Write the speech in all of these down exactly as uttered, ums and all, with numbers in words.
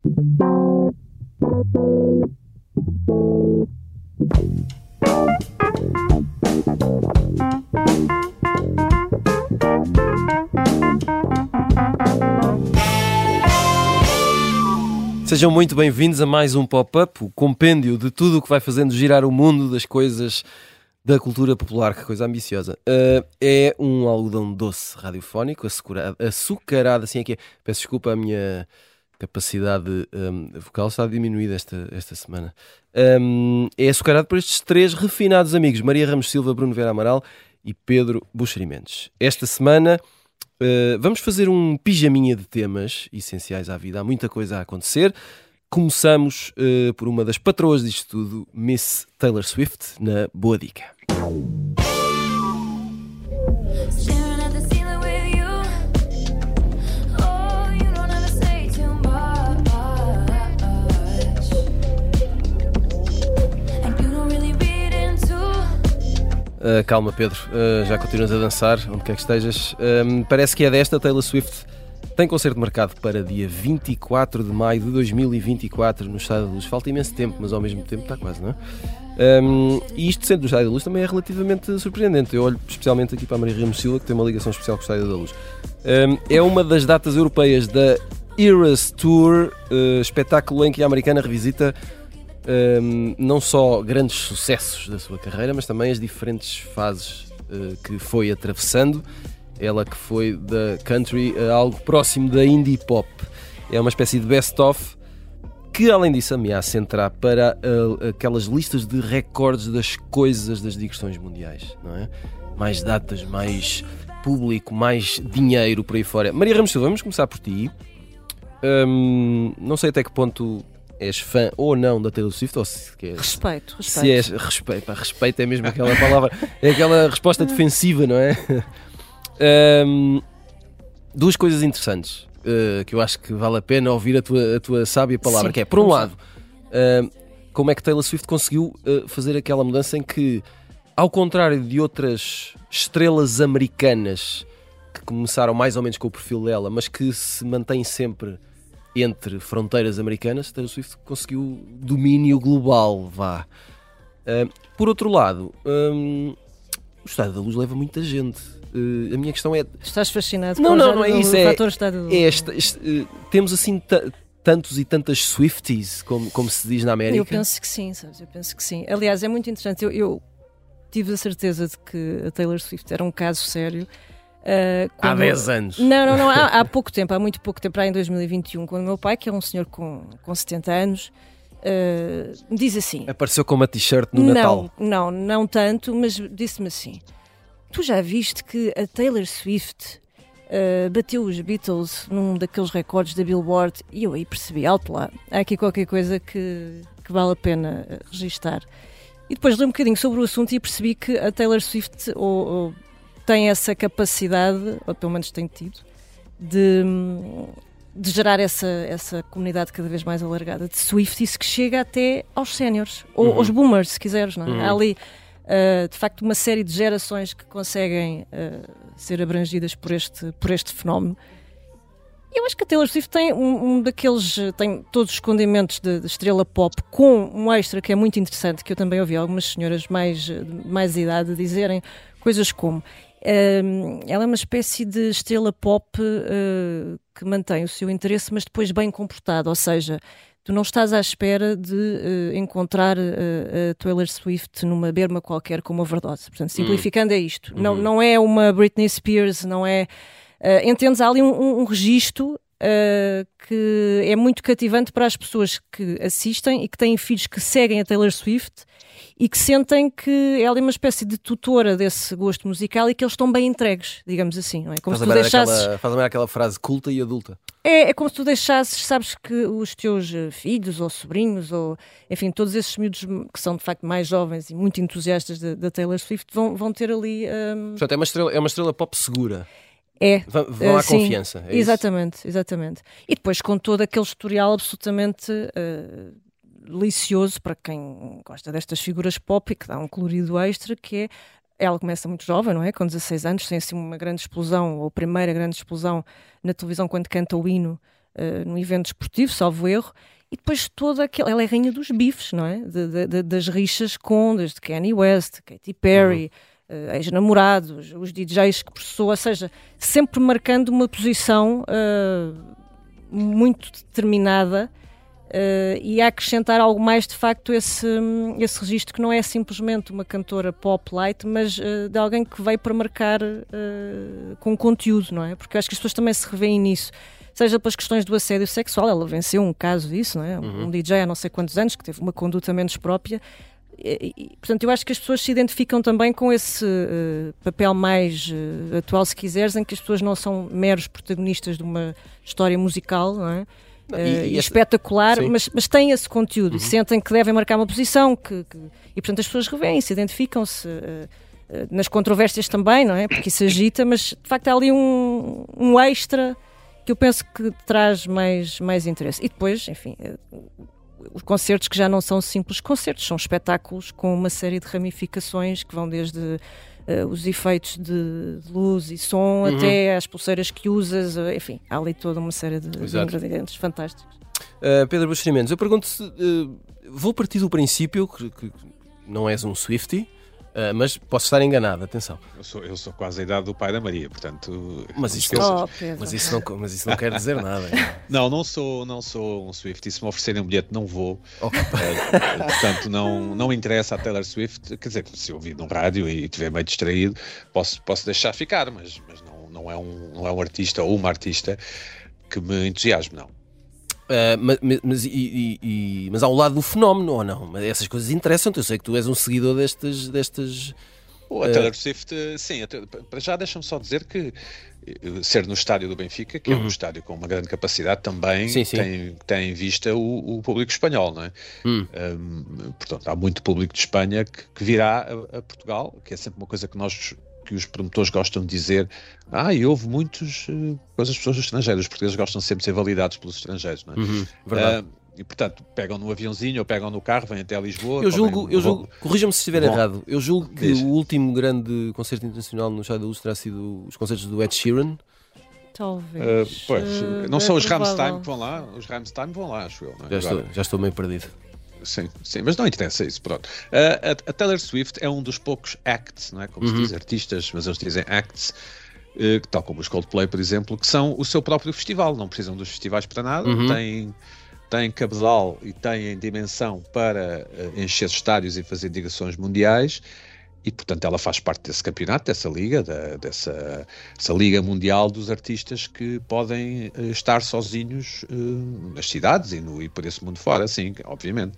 Sejam muito bem-vindos a mais um Pop-Up, o compêndio de tudo o que vai fazendo girar o mundo das coisas da cultura popular. Que coisa ambiciosa. Uh, é um algodão doce radiofónico, açucarado, açucarado assim é que é. Peço desculpa, a minha capacidade um, vocal está diminuída esta, esta semana. Um, é açucarado por estes três refinados amigos, Maria Ramos Silva, Bruno Vera Amaral e Pedro Buxeri Mendes. Esta semana uh, vamos fazer um pijaminha de temas essenciais à vida. Há muita coisa a acontecer. Começamos uh, por uma das patroas disto tudo, Miss Taylor Swift, na Boa Dica. Uh, calma, Pedro, uh, já continuas a dançar, onde quer que estejas. Um, parece que é desta. Taylor Swift tem concerto marcado para dia vinte e quatro de maio de dois mil e vinte e quatro no Estádio da Luz. Falta imenso tempo, mas ao mesmo tempo está quase, não é? Um, e isto sendo do Estádio da Luz também é relativamente surpreendente. Eu olho especialmente aqui para a Maria Ramos Silva, que tem uma ligação especial com o Estádio da Luz. Um, é uma das datas europeias da Eras Tour, uh, espetáculo em que a americana revisita Um, não só grandes sucessos da sua carreira, mas também as diferentes fases uh, que foi atravessando. Ela que foi da country a algo próximo da indie pop. É uma espécie de best-of que, além disso, ameaça entrar para uh, aquelas listas de recordes das coisas das digressões mundiais, não é? Mais datas, mais público, mais dinheiro por aí fora. Maria Ramos Silva, vamos começar por ti. Um, não sei até que ponto és fã ou não da Taylor Swift, ou se queres, respeito, respeito. Se és, respeito, pá, respeito é mesmo aquela palavra, é aquela resposta defensiva, não é? Um, duas coisas interessantes uh, que eu acho que vale a pena ouvir a tua, a tua sábia palavra. Sim, que é, por um lado, uh, como é que Taylor Swift conseguiu uh, fazer aquela mudança em que, ao contrário de outras estrelas americanas que começaram mais ou menos com o perfil dela, mas que se mantêm sempre entre fronteiras americanas, Taylor Swift conseguiu domínio global, vá. Uh, por outro lado, um, o Estádio da Luz leva muita gente. Uh, a minha questão é... Estás fascinado não, com não, o, não é do, isso, o é, fator Estádio da Luz. É esta, este, uh, temos assim t- tantos e tantas Swifties, como, como se diz na América? Eu penso que sim, sabes? Eu penso que sim. Aliás, é muito interessante. Eu, eu tive a certeza de que a Taylor Swift era um caso sério. Uh, quando... Há dez anos. Não, não, não, há, há pouco tempo, há muito pouco tempo, em dois mil e vinte e um, quando o meu pai, que é um senhor com, com setenta anos, uh, me diz assim... Apareceu com uma t-shirt no não, Natal. Não, não tanto, mas disse-me assim: tu já viste que a Taylor Swift uh, bateu os Beatles num daqueles recordes da Billboard? E eu aí percebi, alto lá, há aqui qualquer coisa que, que vale a pena registar. E depois li um bocadinho sobre o assunto e percebi que a Taylor Swift... Ou, ou, tem essa capacidade, ou pelo menos tem tido, de, de gerar essa, essa comunidade cada vez mais alargada de Swifties que chega até aos séniores, ou uhum. aos boomers, se quiseres. Não é? Uhum. Há ali, uh, de facto, uma série de gerações que conseguem uh, ser abrangidas por este, por este fenómeno. E eu acho que a Taylor Swift tem um, um daqueles, tem todos os condimentos de, de estrela pop, com um extra que é muito interessante, que eu também ouvi algumas senhoras mais, mais de idade dizerem coisas como... Uh, ela é uma espécie de estrela pop uh, que mantém o seu interesse, mas depois bem comportada, ou seja, tu não estás à espera de uh, encontrar uh, a Taylor Swift numa berma qualquer com uma overdose. Portanto, simplificando, é isto. Uhum. Não, não é uma Britney Spears, não é... Uh, entendes, há ali um, um, um registro uh, que é muito cativante para as pessoas que assistem e que têm filhos que seguem a Taylor Swift e que sentem que ela é uma espécie de tutora desse gosto musical e que eles estão bem entregues, digamos assim, não é? Como faz se tu deixasses... aquela, faz lembrar aquela frase culta e adulta. É, é como se tu deixasses, sabes, que os teus filhos ou sobrinhos, ou enfim, todos esses miúdos que são de facto mais jovens e muito entusiastas da Taylor Swift vão, vão ter ali... Um... Portanto, é uma estrela, é uma estrela pop segura. É. Vão, vão uh, à sim, confiança. É exatamente, isso? exatamente. E depois com todo aquele historial absolutamente... Uh, delicioso para quem gosta destas figuras pop e que dá um colorido extra, que é, ela começa muito jovem, não é? Com dezasseis anos, tem assim uma grande explosão, ou a primeira grande explosão na televisão quando canta o hino uh, num evento esportivo, salvo erro, e depois toda aquela... Ela é a rainha dos bifes, não é? De, de, de, das rixas com, desde Kanye West, Katy Perry, uhum. uh, ex-namorados, os D Js que processou, ou seja, sempre marcando uma posição uh, muito determinada. Uh, e a acrescentar algo mais, de facto, esse, esse registro que não é simplesmente uma cantora pop light, mas uh, de alguém que veio para marcar uh, com conteúdo, não é? Porque eu acho que as pessoas também se revêem nisso, seja pelas questões do assédio sexual. Ela venceu um caso disso, não é? Um, um D J há não sei quantos anos que teve uma conduta menos própria. E, e, portanto, eu acho que as pessoas se identificam também com esse uh, papel mais uh, atual, se quiseres, em que as pessoas não ssão meros protagonistas de uma história musical, não é? Não, e, uh, e espetacular, mas, mas têm esse conteúdo, uhum. e sentem que devem marcar uma posição, que, que, e portanto as pessoas revêem-se, identificam-se uh, uh, nas controvérsias também, não é? Porque isso agita, mas de facto há ali um, um extra que eu penso que traz mais, mais interesse. E depois, enfim, uh, os concertos que já não são simples concertos, são espetáculos com uma série de ramificações que vão desde Uh, os efeitos de, de luz e som, uhum. até às pulseiras que usas, uh, enfim, há ali toda uma série de, de ingredientes fantásticos. Uh, Pedro Buxeri Mendes, eu pergunto-se, uh, vou partir do princípio que, que não és um Swiftie, Uh, mas posso estar enganado, atenção. Eu sou, eu sou quase a idade do pai da Maria, portanto... Mas isso, não, oh, mas isso, não, mas isso não quer dizer nada. Não, não sou, não sou um Swiftie. Se me oferecerem um bilhete, não vou. Okay. Uh, portanto, não, não me interessa a Taylor Swift. Quer dizer, se eu ouvir num rádio e estiver meio distraído, posso, posso deixar ficar, mas, mas não, não, é um, não é um artista ou uma artista que me entusiasme, não. Uh, mas, mas, e, e, e, mas ao lado do fenómeno, ou não? Mas essas coisas interessam-te. Eu sei que tu és um seguidor destas... destas uh... A Taylor Swift, sim. Para já deixa-me só dizer que ser no estádio do Benfica, que uhum. é um estádio com uma grande capacidade, também sim, sim. Tem, tem em vista o, o público espanhol, não é? Hum. Um, portanto, há muito público de Espanha que, que virá a, a Portugal, que é sempre uma coisa que nós... que os promotores gostam de dizer, ah, e houve muitas uh, coisas, pessoas estrangeiras, os portugueses gostam sempre de ser validados pelos estrangeiros, não é? Uhum, verdade. Uh, e portanto, pegam no aviãozinho ou pegam no carro, vêm até Lisboa. Eu julgo, eu julgo corrija-me se estiver bom, errado, eu julgo que diz. O último grande concerto internacional no Estádio da Luz terá sido os concertos do Ed Sheeran. Talvez. Uh, pois, uh, não são os Rammstein que vão lá, os Rammstein vão lá, acho eu. Não é? já, estou, já estou meio perdido. Sim, sim, mas não interessa isso, pronto. Uh, a, a Taylor Swift é um dos poucos acts, não é? Como uhum. se diz artistas, mas eles dizem acts, uh, tal como os Coldplay, por exemplo, que são o seu próprio festival, não precisam dos festivais para nada, uhum. têm, têm cabedal e têm dimensão para uh, encher estádios e fazer digressões mundiais, e portanto ela faz parte desse campeonato, dessa liga, da, dessa, dessa liga mundial dos artistas que podem uh, estar sozinhos uh, nas cidades e, no, e por esse mundo fora, sim, obviamente.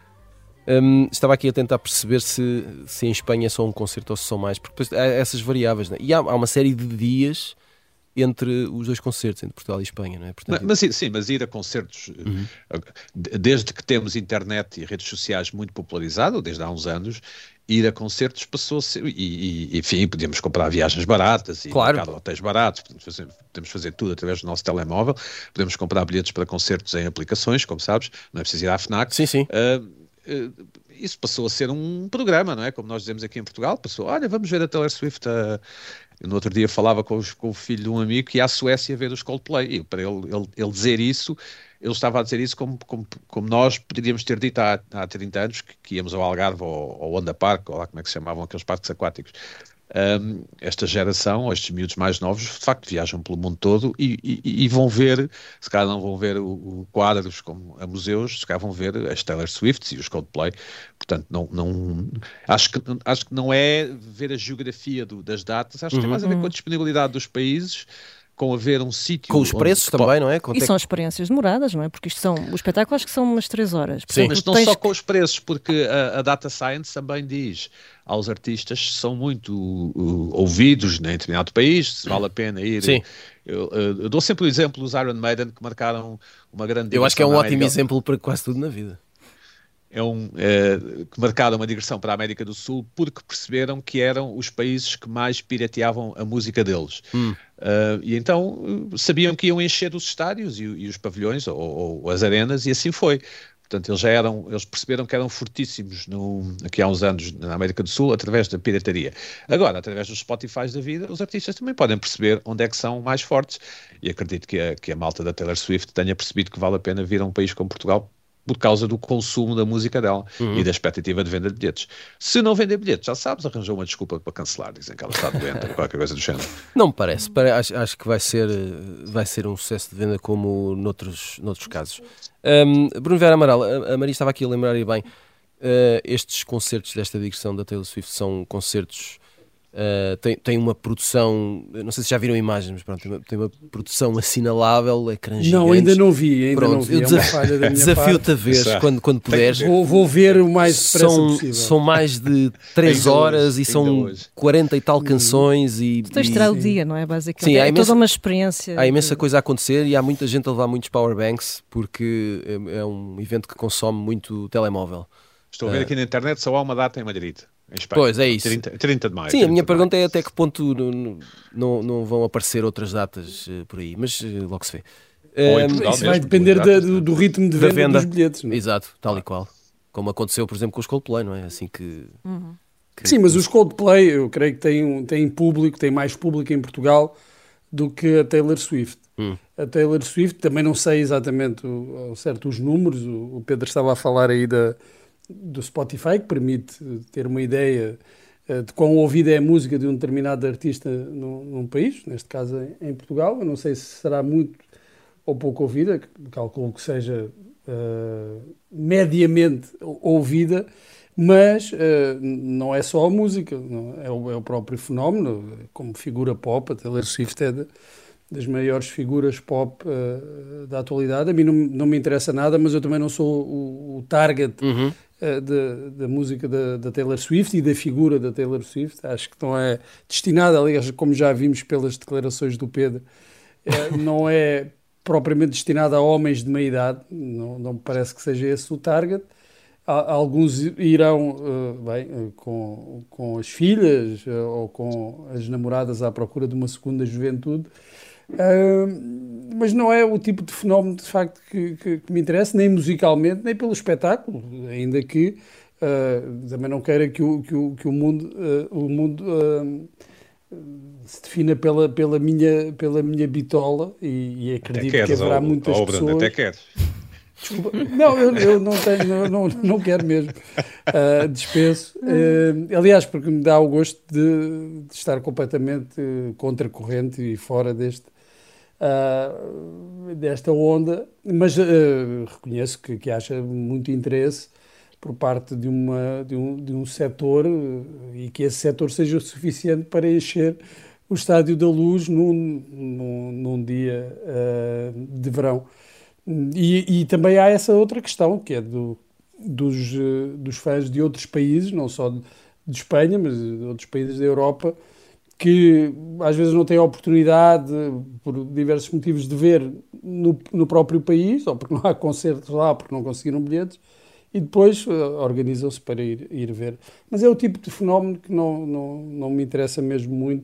Um, estava aqui a tentar perceber se, se em Espanha é só um concerto ou se são mais, porque depois há essas variáveis, não é? E há, há uma série de dias entre os dois concertos, entre Portugal e Espanha, não é? Portanto, mas, mas, sim, mas ir a concertos, uhum. desde que temos internet e redes sociais muito popularizado, desde há uns anos, ir a concertos passou a ser, e, e enfim, podíamos comprar viagens baratas e claro. Marcar hotéis baratos, podemos fazer, podemos fazer tudo através do nosso telemóvel, podemos comprar bilhetes para concertos em aplicações, como sabes, não é preciso ir à FNAC. Sim, sim. Uh, uh, isso passou a ser um programa, não é? Como nós dizemos aqui em Portugal, passou, olha, vamos ver a Taylor Swift. Uh, eu no outro dia falava com, os, com o filho de um amigo que ia à Suécia ver os Coldplay, e para ele, ele, ele dizer isso, ele estava a dizer isso como, como, como nós poderíamos ter dito há, há trinta anos, que, que íamos ao Algarve ou ao Onda Park, ou lá como é que se chamavam aqueles parques aquáticos. Um, esta geração, estes miúdos mais novos, de facto viajam pelo mundo todo e, e, e vão ver, se calhar não vão ver o, o quadros como a museus, se calhar vão ver as Taylor Swifts e os Coldplay. Portanto, não, não, acho, que, acho que não é ver a geografia do, das datas, acho que tem mais a ver com a disponibilidade dos países, com haver um sítio... Com os preços também, pode... não é? Quanto e é que... são experiências demoradas, não é? Porque isto são... Os espetáculos acho que são umas três horas. Sim, mas não tens... só com os preços, porque a, a Data Science também diz aos artistas que são muito uh, ouvidos em determinado país, se vale a pena ir... Sim. Eu, eu, eu dou sempre o exemplo dos Iron Maiden, que marcaram uma grande... Eu acho que é um ótimo exemplo para quase tudo na vida. É um, é, que marcaram uma digressão para a América do Sul porque perceberam que eram os países que mais pirateavam a música deles. Hum. Uh, e então sabiam que iam encher os estádios e, e os pavilhões ou, ou as arenas, e assim foi. Portanto, eles já eram, eles perceberam que eram fortíssimos no, aqui há uns anos na América do Sul através da pirataria. Agora, através dos Spotifys da vida, os artistas também podem perceber onde é que são mais fortes, e acredito que a, que a malta da Taylor Swift tenha percebido que vale a pena vir a um país como Portugal por causa do consumo da música dela uhum. e da expectativa de venda de bilhetes. Se não vender bilhetes, já sabes, arranjou uma desculpa para cancelar, dizem que ela está doente ou qualquer coisa do género. Não me parece, acho, acho que vai ser, vai ser um sucesso de venda como noutros, noutros casos. Um, Bruno Vieira Amaral, a, a Maria estava aqui a lembrar, e bem, uh, estes concertos desta digressão da Taylor Swift são concertos... Uh, tem, tem uma produção, não sei se já viram imagens, mas pronto, tem uma, tem uma produção assinalável, ecrãs gigantes. Não, ainda não vi, ainda pronto, não vi. Eu é desafio-te a ver quando, quando puderes. Vou, vou ver o mais depressa são, possível. São mais de três horas hoje, e são hoje. quarenta e tal canções. E, tu tens de tirar o dia, não é? Basicamente. Sim, é imensa, toda uma experiência. Há imensa coisa a acontecer e há muita gente a levar muitos powerbanks porque é, é um evento que consome muito telemóvel. Estou a ver uh, aqui na internet, só há uma data em Madrid. Em Espanha. Pois, é isso. trinta, trinta de maio. Sim, a minha pergunta é até que ponto não, não, não vão aparecer outras datas uh, por aí, mas uh, logo se vê. Ou em Portugal Isso mesmo, vai depender da, do, do ritmo de venda, venda dos bilhetes. Não é? Exato, tal e qual. Como aconteceu, por exemplo, com os Coldplay, não é? Assim que... Uhum. que Sim, mas os Coldplay, eu creio que têm, têm público, têm mais público em Portugal do que a Taylor Swift. Hum. A Taylor Swift, também não sei exatamente o, certo, os números, o, o Pedro estava a falar aí da... do Spotify, que permite ter uma ideia uh, de quão ouvida é a música de um determinado artista num, num país, neste caso em, em Portugal. Eu não sei se será muito ou pouco ouvida, calculo que seja uh, mediamente ouvida, mas uh, não é só a música, não, é, o, é o próprio fenómeno, como figura pop. A Taylor Swift é de, das maiores figuras pop uh, da atualidade. A mim não, não me interessa nada, mas eu também não sou o, o target uhum. Da, da música da, da Taylor Swift e da figura da Taylor Swift. Acho que não é destinada, aliás, como já vimos pelas declarações do Pedro, é, não é propriamente destinada a homens de meia idade, não, não me parece que seja esse o target. Há, alguns irão uh, bem, uh, com, com as filhas uh, ou com as namoradas à procura de uma segunda juventude. Uh, mas não é o tipo de fenómeno de facto que, que, que me interessa, nem musicalmente, nem pelo espetáculo, ainda que uh, também não queira que o, que o, que o mundo, uh, o mundo uh, se defina pela, pela, minha, pela minha bitola, e, e acredito queres, que haverá ou, muitas ou, pessoas... Até queres. Desculpa, não, eu, eu não tenho, não, não, não quero mesmo, uh, dispenso. Uh, aliás, porque me dá o gosto de, de estar completamente contracorrente e fora deste, uh, desta onda, mas uh, reconheço que, que haja muito interesse por parte de, uma, de, um, de um setor uh, e que esse setor seja o suficiente para encher o Estádio da Luz num, num, num dia uh, de verão. E, e também há essa outra questão, que é do, dos, dos fãs de outros países, não só de, de Espanha, mas de outros países da Europa, que às vezes não têm a oportunidade, por diversos motivos, de ver no, no próprio país, ou porque não há concertos lá, porque não conseguiram bilhetes, e depois uh, organizam-se para ir, ir ver. Mas é o tipo de fenómeno que não, não, não me interessa mesmo muito,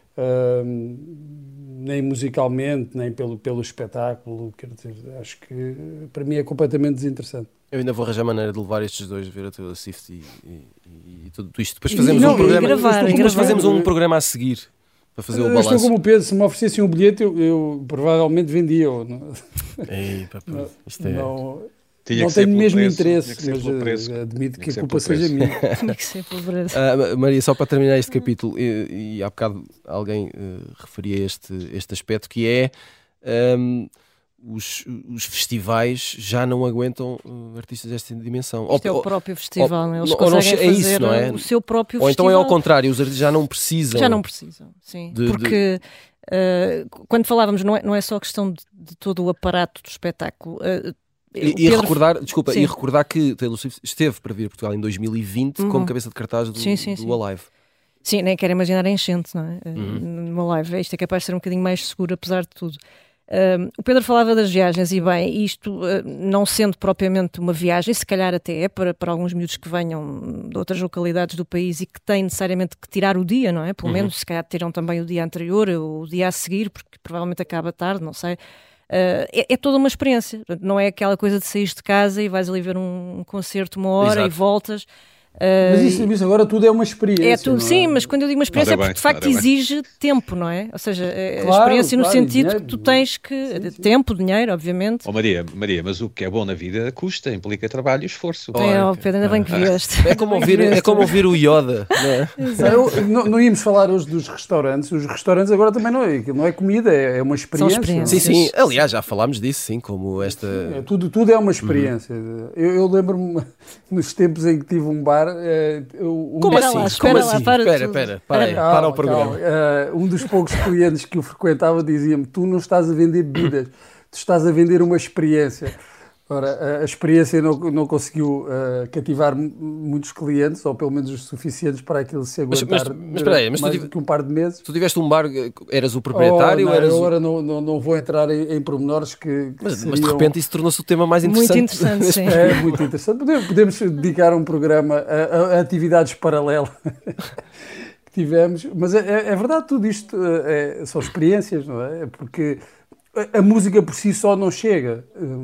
uh, nem musicalmente, nem pelo, pelo espetáculo. Quer dizer, acho que para mim é completamente desinteressante. Eu ainda vou arranjar maneira de levar estes dois a ver a Taylor Swift e, e, e tudo isto. Depois fazemos não, um programa. Gravar, depois fazemos um programa a seguir para fazer o balanço. Eu estou como o Pedro, se me oferecessem um bilhete, eu, eu provavelmente vendia. Não, Ei, papo, não, isto é... não, não tenho mesmo preço, interesse, mas preço. admito que, que a culpa seja minha. Tinha que ser pelo preço. Uh, Maria, só para terminar este capítulo, e, e há bocado alguém uh, referia este, este aspecto, que é um, os, os festivais já não aguentam uh, artistas desta dimensão. Isto ou, é o próprio festival, ou, eles ou, conseguem não, fazer é isso, não é? o seu próprio ou festival. Ou então é ao contrário, os artistas já não precisam. Já não precisam, sim. De, porque... De... Uh, quando falávamos, não é, não é só questão de, de todo o aparato do espetáculo. Uh, E, Pedro... e recordar, desculpa, sim. e recordar que Taylor Swift esteve para vir a Portugal em dois mil e vinte uhum. como cabeça de cartaz do, sim, sim, do sim. Alive. Sim, nem quero imaginar a enchente, não é? Uhum. No Alive, isto é capaz de ser um bocadinho mais seguro, apesar de tudo. Uh, o Pedro falava das viagens, e bem, isto uh, não sendo propriamente uma viagem, se calhar até é para, para alguns miúdos que venham de outras localidades do país e que têm necessariamente que tirar o dia, não é? Pelo uhum. menos, se calhar terão também o dia anterior ou o dia a seguir, porque provavelmente acaba tarde, não sei. é, é toda uma experiência, não é aquela coisa de sair de casa e vais ali ver um, um concerto uma hora. Exato. E voltas. Uh, mas isso, isso agora tudo é uma experiência. É tudo, sim, é? Mas quando eu digo uma experiência é porque de facto exige tempo, não é? Ou seja, a claro, experiência no claro, sentido dinheiro, que tu tens que. Sim, sim. Tempo, dinheiro, obviamente. Oh, Maria, Maria, mas o que é bom na vida custa, implica trabalho e esforço. É, oh, Pedro, ainda bem que vieste. É como ouvir, é como ouvir o Yoda. Não, é? eu, não, não íamos falar hoje dos restaurantes. Os restaurantes agora também não é, não é comida, é, é uma experiência. Sim, sim. Aliás, já falámos disso, sim, como esta. Sim, é, tudo, tudo é uma experiência. Uhum. Eu, eu lembro-me nos tempos em que tive um bar. É, Um Como assim? Lá, espera Como lá, assim? Para, espera, espera, para, aí, calma, para o programa. Uh, um dos poucos clientes que eu frequentava dizia-me: tu não estás a vender bebidas, tu estás a vender uma experiência. Ora, a experiência não, não conseguiu uh, cativar muitos clientes, ou pelo menos os suficientes para aquilo se aguentar mas, mas, mas, aí, mas mais tive, do que um par de meses. Tu tiveste um bar, eras o proprietário? Oh, não, eras eu agora o... não, não, não vou entrar em, em pormenores que, que mas, seriam... mas de repente isso tornou-se o tema mais interessante. Muito interessante, sim. É muito interessante. Podemos, podemos dedicar um programa a, a atividades paralelas que tivemos, mas é, é verdade, tudo isto é, são experiências, não é? Porque a música por si só não chega,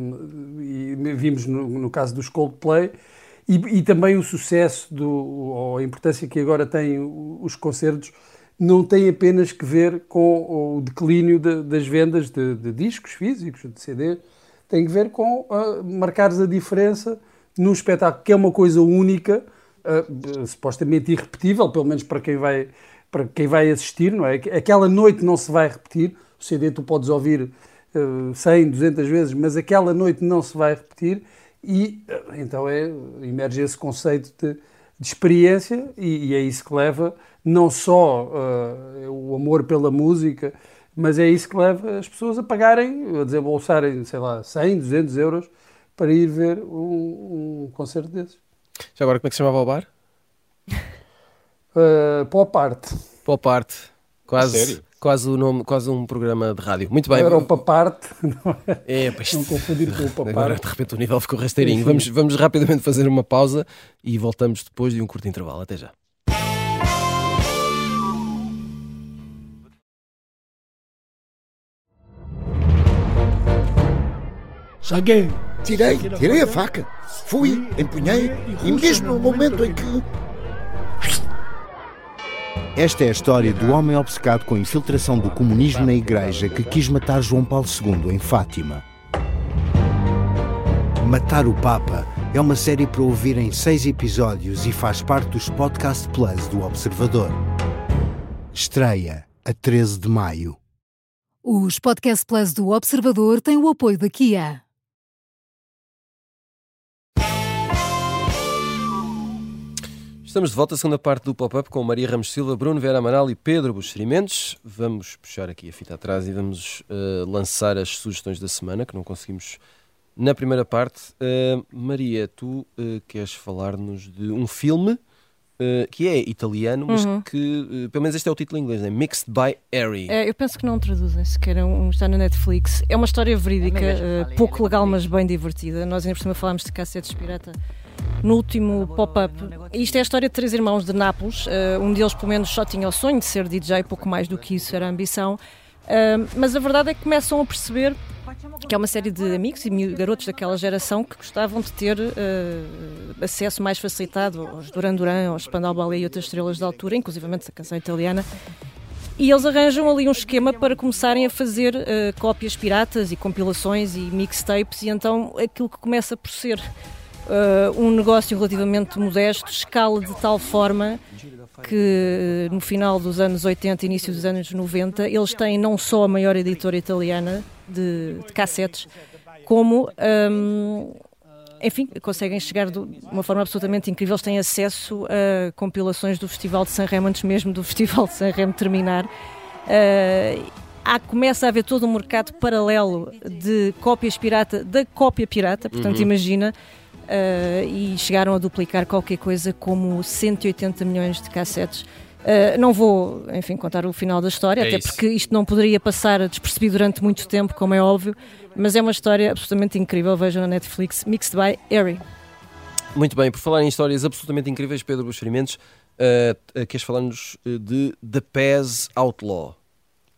e vimos no, no caso dos Coldplay, e, e também o sucesso, do, ou a importância que agora têm os concertos, não tem apenas que ver com o declínio de, das vendas de, de discos físicos, de C D, tem que ver com uh, marcares a diferença num espetáculo, que é uma coisa única, uh, supostamente irrepetível, pelo menos para quem vai, para quem vai assistir, não é? Aquela noite não se vai repetir. O C D tu podes ouvir uh, cem, duzentas vezes, mas aquela noite não se vai repetir e uh, então é, emerge esse conceito de, de experiência e, e é isso que leva não só uh, o amor pela música, mas é isso que leva as pessoas a pagarem, a desembolsarem, sei lá, cem, duzentos euros para ir ver um, um concerto desses. Já agora, como é que se chamava o bar? Uh, Pop Art. Pop Art. Quase... Sério? Quase, o nome, quase um programa de rádio. Muito bem. Era o Paparte. Não, é, pois, não confundir com o Paparte. Agora, de repente, o nível ficou rasteirinho. Vamos, vamos rapidamente fazer uma pausa e voltamos depois de um curto intervalo. Até já. Saguei. Tirei, tirei a faca. Fui, empunhei e mesmo no momento em que... Esta é a história do homem obcecado com a infiltração do comunismo na igreja que quis matar João Paulo segundo em Fátima. Matar o Papa é uma série para ouvir em seis episódios e faz parte dos Podcast Plus do Observador. Estreia a treze de maio. Os Podcast Plus do Observador têm o apoio da Kia. Estamos de volta à segunda parte do Pop-Up com Maria Ramos Silva, Bruno Vera Amaral e Pedro Buxeri Mendes. Vamos puxar aqui a fita atrás e vamos uh, lançar as sugestões da semana, que não conseguimos na primeira parte. Uh, Maria, tu uh, queres falar-nos de um filme uh, que é italiano, mas uhum. que, uh, pelo menos este é o título em inglês, é Mixed by Harry. É, eu penso que não traduzem sequer, um, está na Netflix. É uma história verídica, uh, pouco legal, mas bem divertida. Nós ainda por cima falámos de cassetes pirata no último pop-up. Isto é a história de três irmãos de Nápoles. Uh, um deles, pelo menos, só tinha o sonho de ser D J, pouco mais do que isso era a ambição. Uh, mas a verdade é que começam a perceber que há uma série de amigos e garotos daquela geração que gostavam de ter uh, acesso mais facilitado aos Duran Duran, aos Spandau Ballet e outras estrelas da altura, inclusivamente a canção italiana. E eles arranjam ali um esquema para começarem a fazer uh, cópias piratas e compilações e mixtapes, e então aquilo que começa por ser Uh, um negócio relativamente modesto escala de tal forma que no final dos anos oitenta, início dos anos noventa, eles têm não só a maior editora italiana de, de cassetes, como um, enfim, conseguem chegar de uma forma absolutamente incrível. Eles têm acesso a compilações do Festival de Sanremo antes mesmo do Festival de Sanremo terminar. Uh, há, começa a haver todo um mercado paralelo de cópias pirata da cópia pirata, portanto, uhum. imagina. Uh, e chegaram a duplicar qualquer coisa como cento e oitenta milhões de cassetes. Uh, não vou, enfim, contar o final da história, é até isso. Porque isto não poderia passar despercebido durante muito tempo, como é óbvio, mas é uma história absolutamente incrível. Vejam na Netflix, Mixed by Harry. Muito bem, por falar em histórias absolutamente incríveis, Pedro Buxeri Mendes, uh, uh, queres falar-nos de The Pez Outlaw?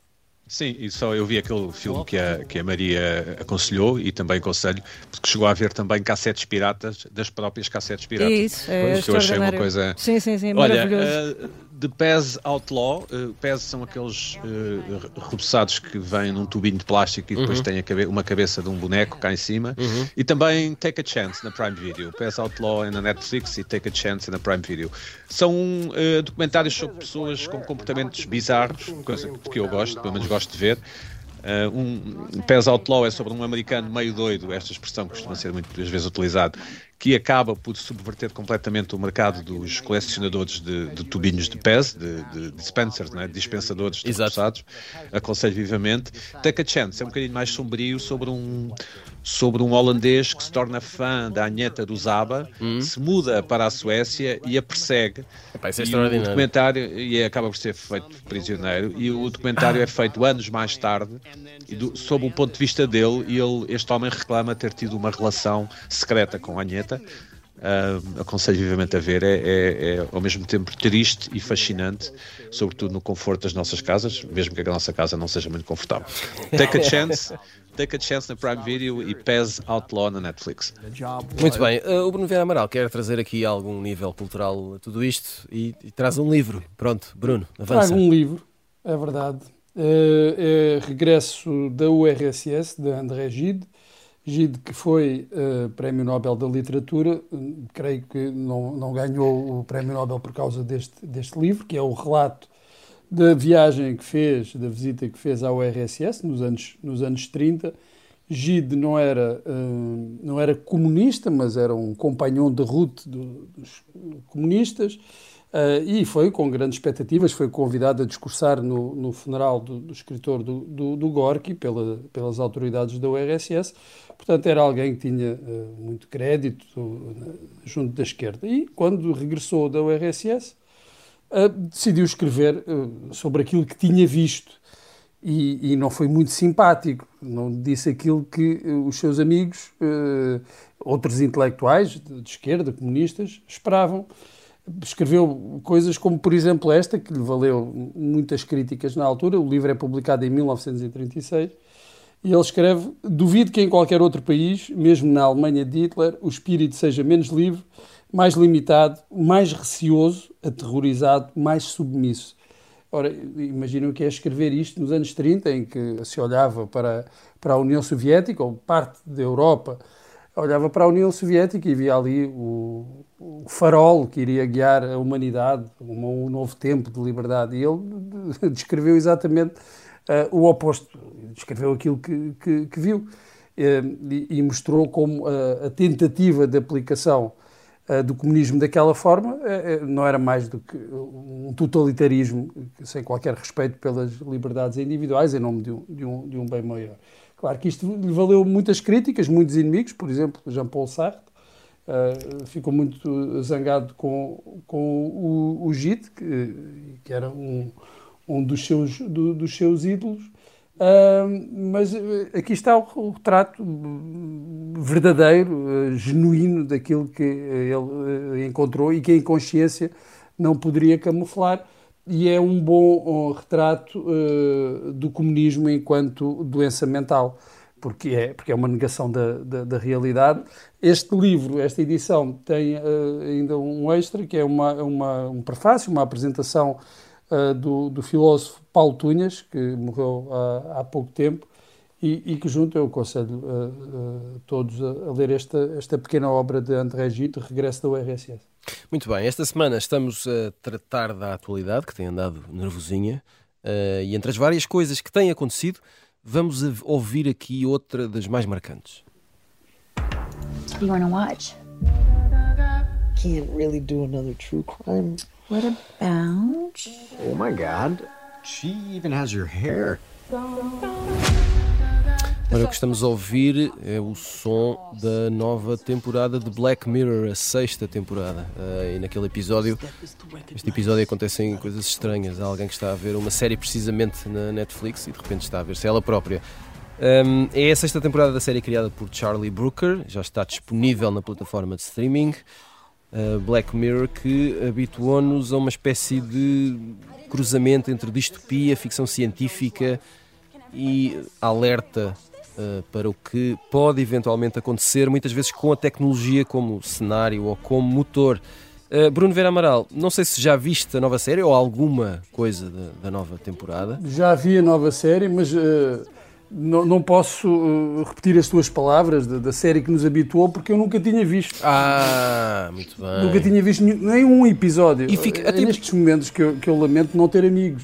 Sim, e só eu vi aquele filme que a, que a Maria aconselhou e também aconselho, porque chegou a haver também cassetes piratas das próprias cassetes piratas. Isso, é que eu achei uma coisa... Sim, sim, sim, Olha, maravilhoso. Uh, de P E S Outlaw, uh, P E S são aqueles uh, repousados que vêm num tubinho de plástico e depois uhum. têm a cabe- uma cabeça de um boneco cá em cima. Uhum. E também Take a Chance na Prime Video. P E S Outlaw é na Netflix e Take a Chance é na Prime Video. São uh, documentários sobre pessoas com comportamentos bizarros, coisa que eu gosto, pelo menos gosto de ver. Uh, um P E S Outlaw é sobre um americano meio doido, esta expressão costuma ser muitas vezes utilizada, que acaba por subverter completamente o mercado dos colecionadores de, de tubinhos de P E S, de, de dispensers, né? Dispensadores de repousados. Aconselho vivamente. Take a Chance é um bocadinho mais sombrio sobre um, sobre um holandês que se torna fã da Agneta do Zaba, hum. se muda para a Suécia e a persegue. Epá, isso é e extraordinário. O documentário, e acaba por ser feito prisioneiro, e o documentário é feito anos mais tarde, e do, sob o ponto de vista dele, e ele, este homem reclama ter tido uma relação secreta com a Agneta. Uh, aconselho vivamente a ver, é, é, é ao mesmo tempo triste e fascinante, sobretudo no conforto das nossas casas, mesmo que a nossa casa não seja muito confortável. Take a Chance, Take a Chance na Prime Video e P E S Outlaw na Netflix. Muito bem, uh, o Bruno Vieira Amaral quer trazer aqui algum nível cultural a tudo isto e, e traz um livro. Pronto, Bruno, avança. Trago um livro, é verdade. É, é Regresso da U R S S, de André Gide. Gide, que foi uh, Prémio Nobel da Literatura, uh, creio que não, não ganhou o Prémio Nobel por causa deste, deste livro, que é o relato da viagem que fez, da visita que fez à U R S S nos anos, nos anos trinta. Gide não era, uh, não era comunista, mas era um companhão de route do, dos comunistas, uh, e foi com grandes expectativas, foi convidado a discursar no, no funeral do, do escritor do, do, do Gorky pela, pelas autoridades da U R S S. Portanto, era alguém que tinha uh, muito crédito uh, junto da esquerda. E, quando regressou da U R S S, uh, decidiu escrever uh, sobre aquilo que tinha visto. E, e não foi muito simpático. Não disse aquilo que uh, os seus amigos, uh, outros intelectuais de, de esquerda, comunistas, esperavam. Escreveu coisas como, por exemplo, esta, que lhe valeu muitas críticas na altura. O livro é publicado em mil novecentos e trinta e seis. E ele escreve: duvido que em qualquer outro país, mesmo na Alemanha de Hitler, o espírito seja menos livre, mais limitado, mais receoso, aterrorizado, mais submisso. Ora, imaginem o que é escrever isto nos anos trinta, em que se olhava para, para a União Soviética, ou parte da Europa, olhava para a União Soviética e via ali o, o farol que iria guiar a humanidade, um, um novo tempo de liberdade. E ele descreveu exatamente Uh, o oposto, descreveu aquilo que, que, que viu uh, e, e mostrou como uh, a tentativa de aplicação uh, do comunismo daquela forma uh, não era mais do que um totalitarismo sem qualquer respeito pelas liberdades individuais em nome de um, de um, de um bem maior. Claro que isto lhe valeu muitas críticas, muitos inimigos, por exemplo, Jean-Paul Sartre uh, ficou muito zangado com, com o, o Gide, que, que era um um dos seus, do, dos seus ídolos, uh, mas aqui está o, o retrato verdadeiro, uh, genuíno daquilo que ele uh, encontrou e que em consciência não poderia camuflar, e é um bom um retrato uh, do comunismo enquanto doença mental, porque é, porque é uma negação da, da, da realidade. Este livro, esta edição, tem uh, ainda um extra, que é uma, uma, um prefácio, uma apresentação Uh, do, do filósofo Paulo Tunhas, que morreu há, há pouco tempo, e, e que junto eu aconselho uh, uh, todos a, a ler esta, esta pequena obra de André Gide, Regresso da U R S S. Muito bem, esta semana estamos a tratar da atualidade, que tem andado nervosinha, uh, e entre as várias coisas que têm acontecido, vamos ouvir aqui outra das mais marcantes. You wanna watch? Can't really do another true crime. What about? Oh my God, she even has your hair. Olha, o que estamos a ouvir é o som da nova temporada de Black Mirror, a sexta temporada. Uh, e naquele episódio, este episódio acontecem coisas estranhas. Há alguém que está a ver uma série precisamente na Netflix e de repente está a ver-se ela própria. Um, é a sexta temporada da série criada por Charlie Brooker, já está disponível na plataforma de streaming. Uh, Black Mirror, que habituou-nos a uma espécie de cruzamento entre distopia, ficção científica e alerta uh, para o que pode eventualmente acontecer, muitas vezes com a tecnologia como cenário ou como motor. Uh, Bruno Vera Amaral, não sei se já viste a nova série ou alguma coisa da, da nova temporada. Já vi a nova série, mas uh, não, não posso uh, repetir as tuas palavras da, da série que nos habituou, porque eu nunca tinha visto. Ah, muito bem. Nunca tinha visto nem um episódio. E fica, é nestes momentos que eu, que eu lamento não ter amigos.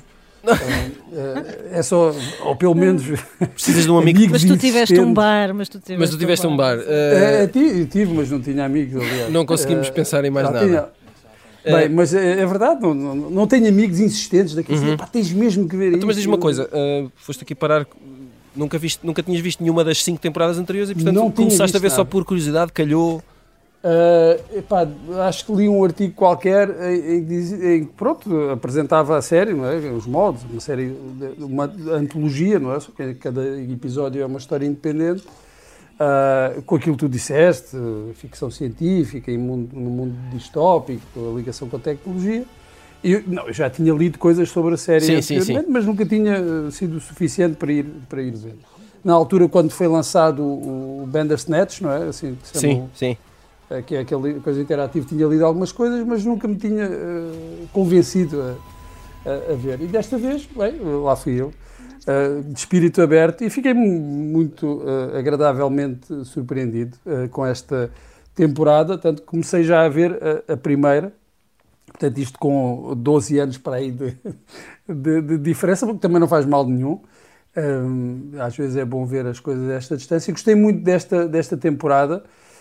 É só, ou pelo menos precisas de um amigo. Mas tu tiveste um bar, mas tu tiveste, mas tu tiveste um bar. Um bar. Uh... É, tive, mas não tinha amigos, aliás. Não conseguimos uh, pensar em mais nada. Tinha. Bem, mas é, é verdade, não, não, não tenho amigos insistentes daqueles, uhum. Pá, tens mesmo que ver então, isso. Mas diz uma coisa, uh, foste aqui parar, nunca, viste, nunca tinhas visto nenhuma das cinco temporadas anteriores e portanto não começaste a ver nada. Só por curiosidade, calhou. Uh, epá, acho que li um artigo qualquer em que pronto, apresentava a série, não é? Os modos, uma série, uma antologia, não é? Só que cada episódio é uma história independente, uh, com aquilo que tu disseste, ficção científica, em mundo, no mundo distópico, a ligação com a tecnologia. Eu, não, eu já tinha lido coisas sobre a série sim, sim, sim. mas nunca tinha sido suficiente para ir, para ir ver. Na altura, quando foi lançado o, o Bandersnatch, não é? Assim, que se sim, chamou, sim. que é aquela coisa interativa, tinha lido algumas coisas, mas nunca me tinha uh, convencido a, a, a ver. E desta vez, bem, lá fui eu, uh, de espírito aberto, e fiquei muito uh, agradavelmente surpreendido uh, com esta temporada, tanto que comecei já a ver a, a primeira, portanto isto com doze anos para aí de, de, de diferença, porque também não faz mal nenhum. Um, às vezes é bom ver as coisas a esta distância. Gostei muito desta, desta temporada.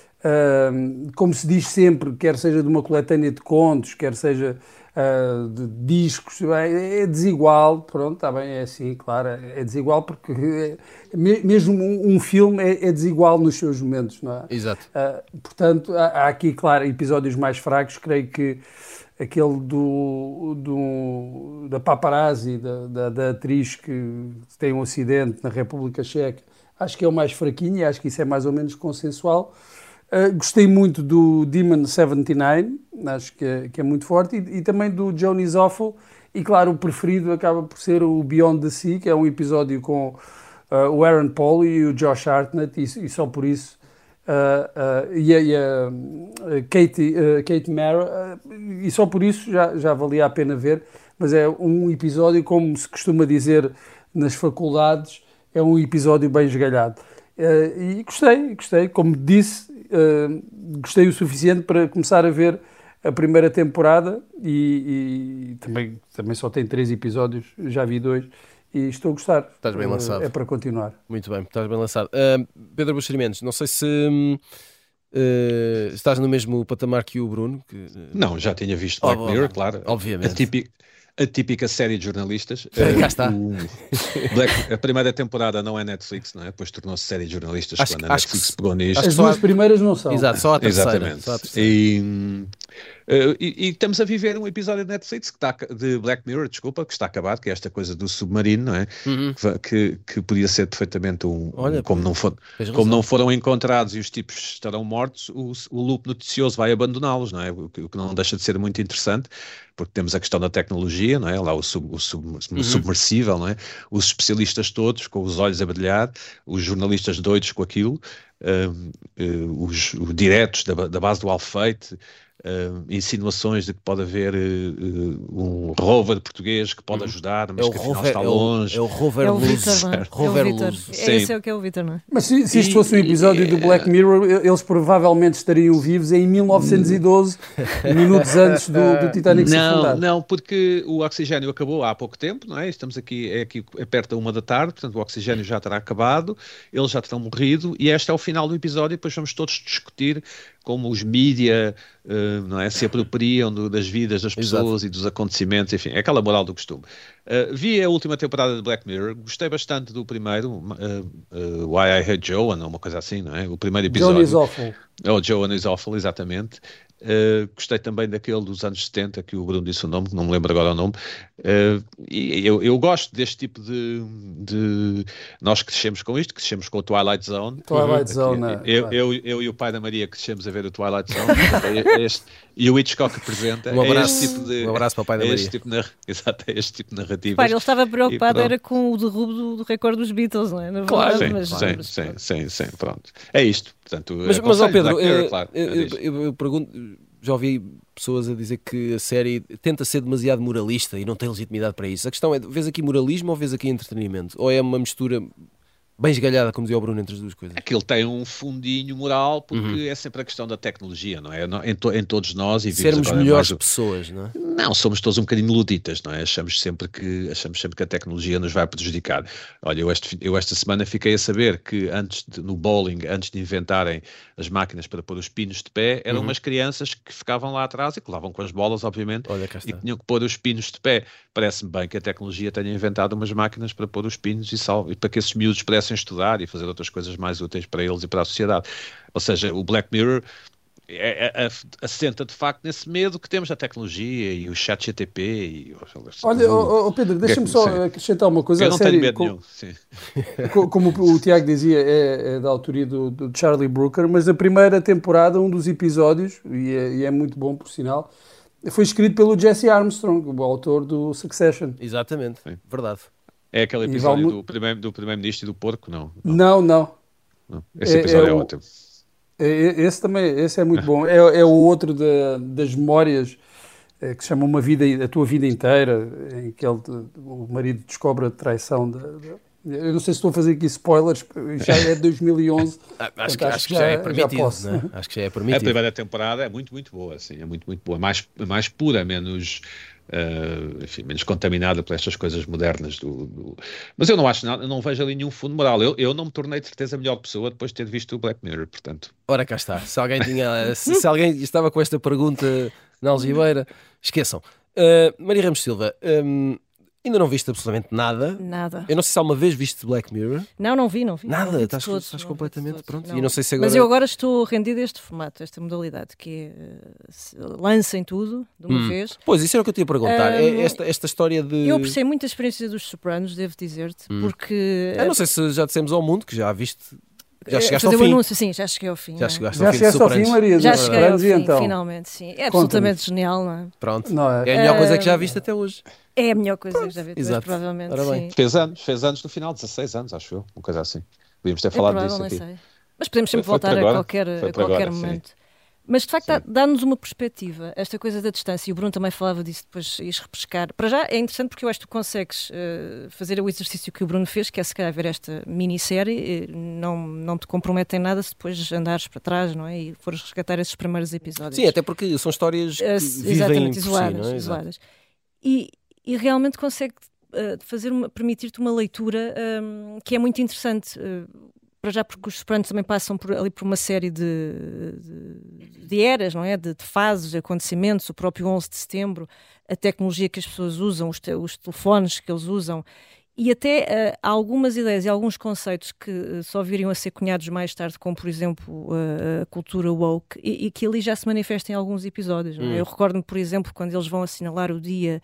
Uh, como se diz sempre, quer seja de uma coletânea de contos, quer seja uh, de discos, é desigual, pronto, está bem, é assim, claro, é desigual porque é, mesmo um, um filme é, é desigual nos seus momentos, não é? Exato. Uh, portanto, há, há aqui, claro, episódios mais fracos, creio que aquele do, do, da paparazzi, da, da, da atriz que tem um acidente na República Checa, acho que é o mais fraquinho e acho que isso é mais ou menos consensual. Uh, gostei muito do Demon setenta e nove, acho que é, que é muito forte, e, e também do Johnny's Awful, e claro, o preferido acaba por ser o Beyond the Sea, que é um episódio com uh, o Aaron Paul e o Josh Hartnett, e, e só por isso, uh, uh, e a, e a Kate, uh, Kate Mara, uh, e só por isso já, já valia a pena ver, mas é um episódio, como se costuma dizer nas faculdades, é um episódio bem esgalhado. Uh, e gostei, gostei, como disse, Uh, gostei o suficiente para começar a ver a primeira temporada e, e também, também só tem três episódios, já vi dois e estou a gostar. Estás bem lançado. Uh, é para continuar. Muito bem, estás bem lançado. Uh, Pedro Buxerimentos, não sei se uh, estás no mesmo patamar que o Bruno. Que, uh... Não, já tinha visto Black oh, Mirror, claro. Obviamente. A típica, a típica série de jornalistas. É, cá está. O Black, a primeira temporada não é Netflix, não é? Depois tornou-se série de jornalistas acho, quando a Netflix que, pegou nisto. As duas primeiras não são. Exato, só a terceira. Exatamente. Só a terceira. E, uh, e, e estamos a viver um episódio de Netflix que está, de Black Mirror, desculpa, que está acabado, que é esta coisa do submarino, não é? Uhum. Que, que podia ser perfeitamente um... Olha, um como, não for, como não foram encontrados e os tipos estarão mortos, o, o loop noticioso vai abandoná-los, não é? O que, o que não deixa de ser muito interessante, porque temos a questão da tecnologia, não é? Lá o, sub, o, sub, o uhum. submersível, não é? Os especialistas todos com os olhos a brilhar, os jornalistas doidos com aquilo, uh, uh, os, os diretos da, da base do Alfeite, uh, insinuações de que pode haver uh, um rover português que pode ajudar, mas é que rover, afinal está longe. É o, é o rover é o luz. Vitor, não é? Rover é o Vitor. luz. É esse é o que é o Vitor, não é? Mas se, se isto E, fosse um episódio e, do Black Mirror, eles provavelmente estariam vivos em mil novecentos e doze, minutos antes do, do Titanic se afundar. Não, não, porque o oxigênio acabou há pouco tempo, não é? Estamos aqui, é aqui é perto da uma da tarde, portanto o oxigênio já terá acabado, eles já terão morrido, e este é o final do episódio, e depois vamos todos discutir como os mídia uh, não é, se apropriam do, das vidas das pessoas Exato. E dos acontecimentos, enfim, é aquela moral do costume. Uh, vi a última temporada de Black Mirror, gostei bastante do primeiro, uh, uh, Why I Hate Joan, ou uma coisa assim, não é? O primeiro episódio. Joan is Awful. Oh, Joan is Awful, exatamente. Uh, gostei também daquele dos anos setenta, que o Bruno disse o nome, que não me lembro agora o nome, Uh, e eu, eu gosto deste tipo de, de... Nós crescemos com isto, crescemos com o Twilight Zone. Twilight Aqui, Zone, eu, claro. eu, eu e o pai da Maria crescemos a ver o Twilight Zone. é este, e o Hitchcock apresenta. Um abraço, é este tipo de, um abraço para o pai da é Maria. este tipo de, exato, é este tipo de narrativa. Pai, ele estava preocupado era com o derrubo do, do recorde dos Beatles, não é? Na Claro, verdade, sim, mas, sim, mas, sim, sim, sim, pronto. É isto. Portanto, Mas, mas ó Pedro, Black Mirror, eu, claro, eu, eu, eu, eu pergunto, já ouvi pessoas a dizer que a série tenta ser demasiado moralista e não tem legitimidade para isso. A questão é, vês aqui moralismo ou vês aqui entretenimento? Ou é uma mistura bem esgalhada, como dizia o Bruno, entre as duas coisas? Aquilo tem um fundinho moral, porque Uhum. é sempre a questão da tecnologia, não é? Em, to, em todos nós. E sermos agora melhores mais... pessoas, não é? Não, somos todos um bocadinho luditas, não é? Achamos sempre que, achamos sempre que a tecnologia nos vai prejudicar. Olha, eu, este, eu esta semana fiquei a saber que antes de, no bowling, antes de inventarem as máquinas para pôr os pinos de pé, eram Uhum. umas crianças que ficavam lá atrás e que lavam com as bolas, obviamente, Olha, cá e está. que tinham que pôr os pinos de pé. Parece-me bem que a tecnologia tenha inventado umas máquinas para pôr os pinos e, sal, e para que esses miúdos pudessem estudar e fazer outras coisas mais úteis para eles e para a sociedade. Ou seja, o Black Mirror é, é, é, assenta de facto nesse medo que temos da tecnologia e o chat G T P e, olha, oh, oh Pedro, deixa-me só sim. acrescentar uma coisa. Eu a não série, tenho medo com, nenhum, sim. Como o Tiago dizia, é, é da autoria do, do Charlie Brooker, mas a primeira temporada, um dos episódios, e é, e é muito bom por sinal, foi escrito pelo Jesse Armstrong, o autor do Succession. Exatamente, sim. Verdade. É aquele episódio vale... do, primeiro, do primeiro-ministro e do porco? Não, não. Não, não. não. Esse episódio é, é, é ótimo. É, esse também esse é muito bom. É, é o outro da, das memórias é, que se chama Uma Vida, a Tua Vida Inteira, em que ele, o marido descobre a traição da... da eu não sei se estou a fazer aqui spoilers, já é de dois mil e onze. acho, que, acho, acho que já, já é permitido, já posso, né? Acho que já é permitido. A primeira temporada é muito, muito boa, sim, é muito, muito boa. Mais, mais pura, menos, uh, enfim, menos contaminada por estas coisas modernas. Do, do... Mas eu não acho nada, eu não vejo ali nenhum fundo moral. Eu, eu não me tornei de certeza a melhor pessoa depois de ter visto o Black Mirror, portanto. Ora, cá está. Se alguém, tinha, se, se alguém estava com esta pergunta na algibeira, esqueçam. Uh, Maria Ramos Silva, um, ainda não viste absolutamente nada. Nada. Eu não sei se alguma vez viste Black Mirror. Não, não vi, não vi. Nada, não vi estás, todos, estás não completamente todos, pronto. não. E não sei se agora... Mas eu agora estou rendido a este formato, a esta modalidade, que é uh, lancem tudo de uma hum. vez. Pois, isso era o que eu te ia perguntar. Um, é esta, esta história de... Eu apreciei muito a experiência dos Sopranos, devo dizer-te, hum. porque... Eu não sei se já dissemos ao mundo que já viste... Já chegaste fazer ao fim. O anúncio, sim, já cheguei ao fim. Já é? chegaste já ao fim, chegaste ao fim, Maria. Já cheguei ao fim, então. finalmente, sim. É absolutamente genial, não é? Pronto. Não é? é a melhor uh, coisa que já viste até hoje. É a melhor coisa Pronto. que já vi, Exato. provavelmente, Ora bem. sim. Fez anos, fez anos no final, dezasseis anos, acho eu, uma coisa assim. Podíamos ter falado é disso aqui. Sei. Mas podemos sempre foi, foi voltar agora. a qualquer, a qualquer agora, momento. Sim. Mas de facto dá-nos uma perspectiva, esta coisa da distância, e o Bruno também falava disso, depois ias repescar. Para já é interessante porque eu acho que tu consegues uh, fazer o exercício que o Bruno fez, que é se calhar ver esta minissérie, não, não te compromete em nada se depois andares para trás, não é? E fores resgatar esses primeiros episódios. Sim, até porque são histórias que uh, vivem exatamente, por isoladas, si, não é? isoladas. E, e realmente consegue uh, fazer uma, permitir-te uma leitura um, que é muito interessante. Uh, para já porque os Sopranos também passam por, ali por uma série de, de, de eras, não é? De, de fases, de acontecimentos, o próprio onze de setembro, a tecnologia que as pessoas usam, os, te, os telefones que eles usam, e até uh, há algumas ideias e alguns conceitos que uh, só viriam a ser cunhados mais tarde, como por exemplo uh, a cultura woke, e, e que ali já se manifesta em alguns episódios. Não é? Hum. Eu recordo-me, por exemplo, quando eles vão assinalar o dia...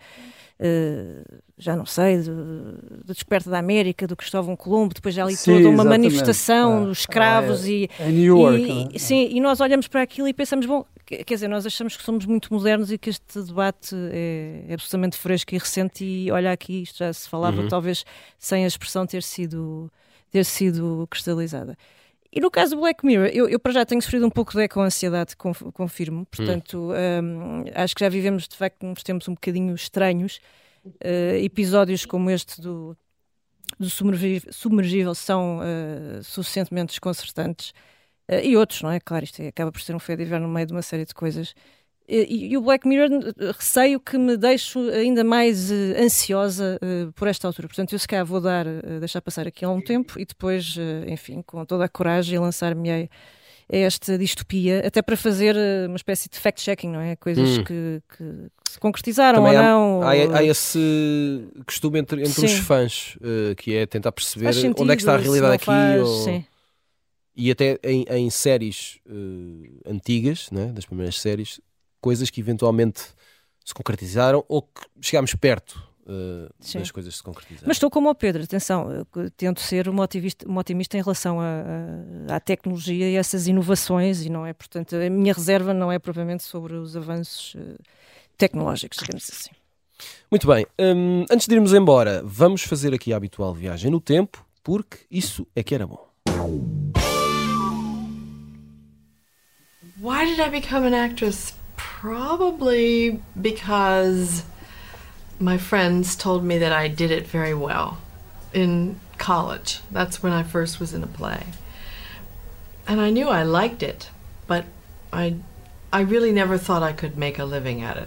Uh, já não sei, do, do desperta da América, do Cristóvão Colombo, depois já ali sim, toda uma exatamente. manifestação ah, dos escravos ah, é, e, em New York, e, é? sim, e nós olhamos para aquilo e pensamos, bom, quer dizer, nós achamos que somos muito modernos e que este debate é, é absolutamente fresco e recente e olha aqui, isto já se falava, uhum. talvez sem a expressão ter sido, ter sido cristalizada. E no caso do Black Mirror, eu, eu para já tenho sofrido um pouco de eco-ansiedade, confirmo, portanto, hum. um, acho que já vivemos de facto uns tempos um bocadinho estranhos. Uh, episódios como este do, do submergível, submergível são uh, suficientemente desconcertantes uh, e outros, não é? Claro, isto é, acaba por ser um fé de inverno no meio de uma série de coisas e, e o Black Mirror, receio que me deixo ainda mais uh, ansiosa uh, por esta altura, portanto eu se calhar vou dar, uh, deixar passar aqui há um tempo e depois, uh, enfim, com toda a coragem lançar-me-ei a esta distopia, até para fazer uh, uma espécie de fact-checking, não é? Coisas hum. que, que se concretizaram também ou há, não. Há, ou... há esse costume entre, entre os fãs, uh, que é tentar perceber sentido, onde é que está a realidade aqui. Faz, ou... E até em, em séries uh, antigas, né, das primeiras séries, coisas que eventualmente se concretizaram ou que chegámos perto uh, das coisas se concretizarem. Mas estou como o Pedro, atenção, tento ser uma otimista, uma otimista em relação à, à tecnologia e a essas inovações, e não é, portanto, a minha reserva não é propriamente sobre os avanços uh, tecnológicos, digamos assim. Muito bem, um, antes de irmos embora, vamos fazer aqui a habitual viagem no tempo, porque isso é que era bom. Why did I become an actress? Probably because my friends told me that I did it very well in college. That's when I first was in a play. And I knew I liked it, but I, I really never thought I could make a living at it.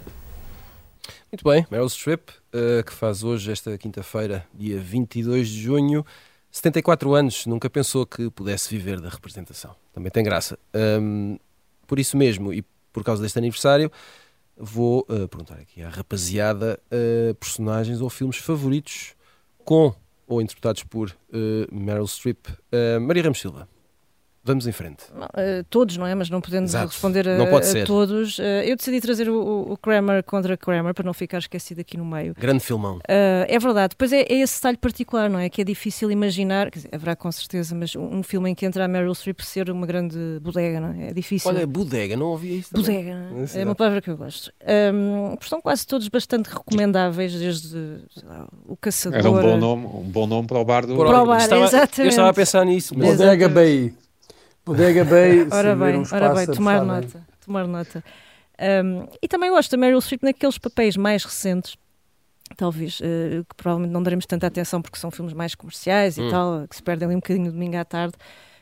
Muito bem, Meryl Streep, uh, que faz hoje, esta quinta-feira, dia vinte e dois de junho, setenta e quatro anos, nunca pensou que pudesse viver da representação. Também tem graça. Um, por isso mesmo, e por causa deste aniversário, vou uh, perguntar aqui à rapaziada uh, personagens ou filmes favoritos com ou interpretados por uh, Meryl Streep. Uh, Maria Ramos Silva. Vamos em frente. Uh, todos, não é? Mas não podendo Exato. responder a, não pode a ser. todos. Uh, eu decidi trazer o, o Kramer contra Kramer para não ficar esquecido aqui no meio. Grande filmão. Uh, é verdade. Depois é, é esse detalhe particular, não é? Que é difícil imaginar, quer dizer, haverá com certeza, mas um, um filme em que entra a Meryl Streep ser uma grande bodega, não é? É difícil. Olha, bodega, não ouvia isso também. Bodega, não é? É uma palavra que eu gosto. Um, são quase todos bastante recomendáveis, desde sei lá, o Caçador. Era um bom nome, um bom nome para o bar do... Para o bar, estava, exatamente. Eu estava a pensar nisso. Mas... Bodega Bay. Bodega Bay, ora bem, uns ora bem, tomar sabem. nota, tomar nota. Um, e também gosto da Meryl Streep naqueles papéis mais recentes, talvez, uh, que provavelmente não daremos tanta atenção porque são filmes mais comerciais e hum. tal, que se perdem ali um bocadinho de domingo à tarde,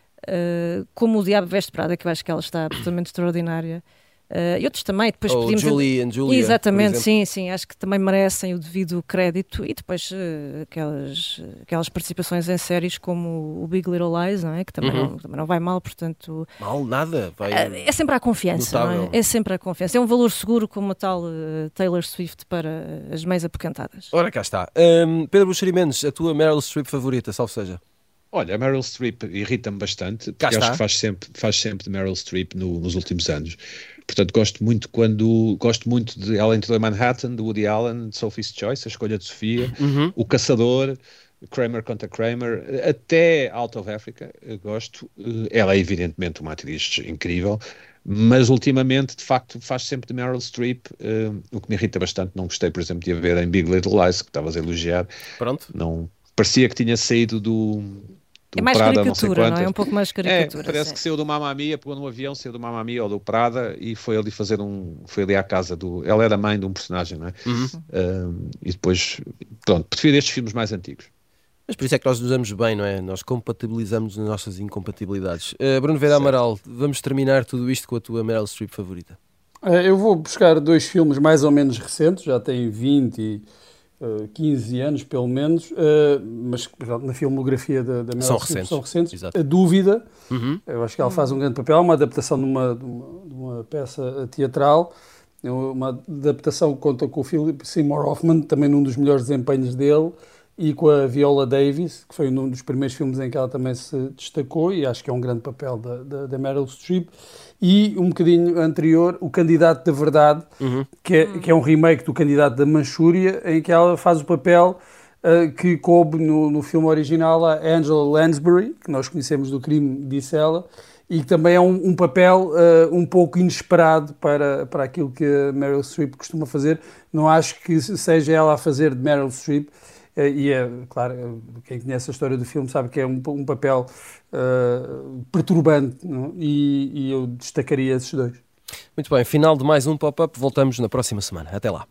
uh, como O Diabo Veste Prada, que eu acho que ela está absolutamente extraordinária. Uh, e outros também, depois Ou pedimos... Julie and Julia, exatamente, sim, sim, acho que também merecem o devido crédito, e depois uh, aquelas, aquelas participações em séries como o Big Little Lies, não é? Que também, Uhum. não, também não vai mal, portanto... Mal, nada. Vai... Uh, é sempre a confiança, não é? É sempre a confiança. É um valor seguro como a tal uh, Taylor Swift para as meias apoquentadas. Ora, cá está. Um, Pedro Buxeri Mendes, a tua Meryl Streep favorita, salve seja? Olha, a Meryl Streep irrita-me bastante, Cá porque está. acho que faz sempre, faz sempre de Meryl Streep no, nos últimos anos. Portanto, gosto muito quando gosto muito de Ela Entrou em Manhattan, de Woody Allen, de Sophie's Choice, A Escolha de Sofia, Uhum. O Caçador, Kramer contra Kramer, até Out of Africa, eu gosto. Ela é evidentemente uma atriz incrível, mas ultimamente, de facto, faz sempre de Meryl Streep, uh, o que me irrita bastante. Não gostei, por exemplo, de a ver em Big Little Lies, que estavas a elogiar. Pronto. Não, parecia que tinha saído do... É mais Prada, caricatura, não, não é? Um pouco mais caricatura. É, parece sim. que saiu do Mamma Mia, pegou no avião, saiu do Mamma Mia ou do Prada e foi ali fazer um... Foi ali à casa do... Ela era mãe de um personagem, não é? Uhum. Um, e depois, pronto, prefiro estes filmes mais antigos. Mas por isso é que nós nos damos bem, não é? Nós compatibilizamos as nossas incompatibilidades. Uh, Bruno Vera Amaral, vamos terminar tudo isto com a tua Meryl Streep favorita. Eu vou buscar dois filmes mais ou menos recentes, já têm vinte, quinze anos pelo menos, mas na filmografia da, da Meryl são Streep recentes. são recentes. Exato. A Dúvida, Uhum. eu acho que ela faz um grande papel, é uma adaptação de uma, de uma, de uma peça teatral, uma adaptação que conta com o Philip Seymour Hoffman, também num dos melhores desempenhos dele, e com a Viola Davis, que foi um dos primeiros filmes em que ela também se destacou, e acho que é um grande papel da, da, da Meryl Streep. E um bocadinho anterior, O Candidato da Verdade, Uhum. que, é, que é um remake do Candidato da Manchúria, em que ela faz o papel uh, que coube no, no filme original a Angela Lansbury, que nós conhecemos do Crime, disse ela, e que também é um, um papel uh, um pouco inesperado para, para aquilo que a Meryl Streep costuma fazer. Não acho que seja ela a fazer de Meryl Streep, uh, e é, claro, quem conhece a história do filme sabe que é um, um papel uh, perturbante, não? E, e eu destacaria esses dois. Muito bem, final de mais um pop-up, voltamos na próxima semana. Até lá.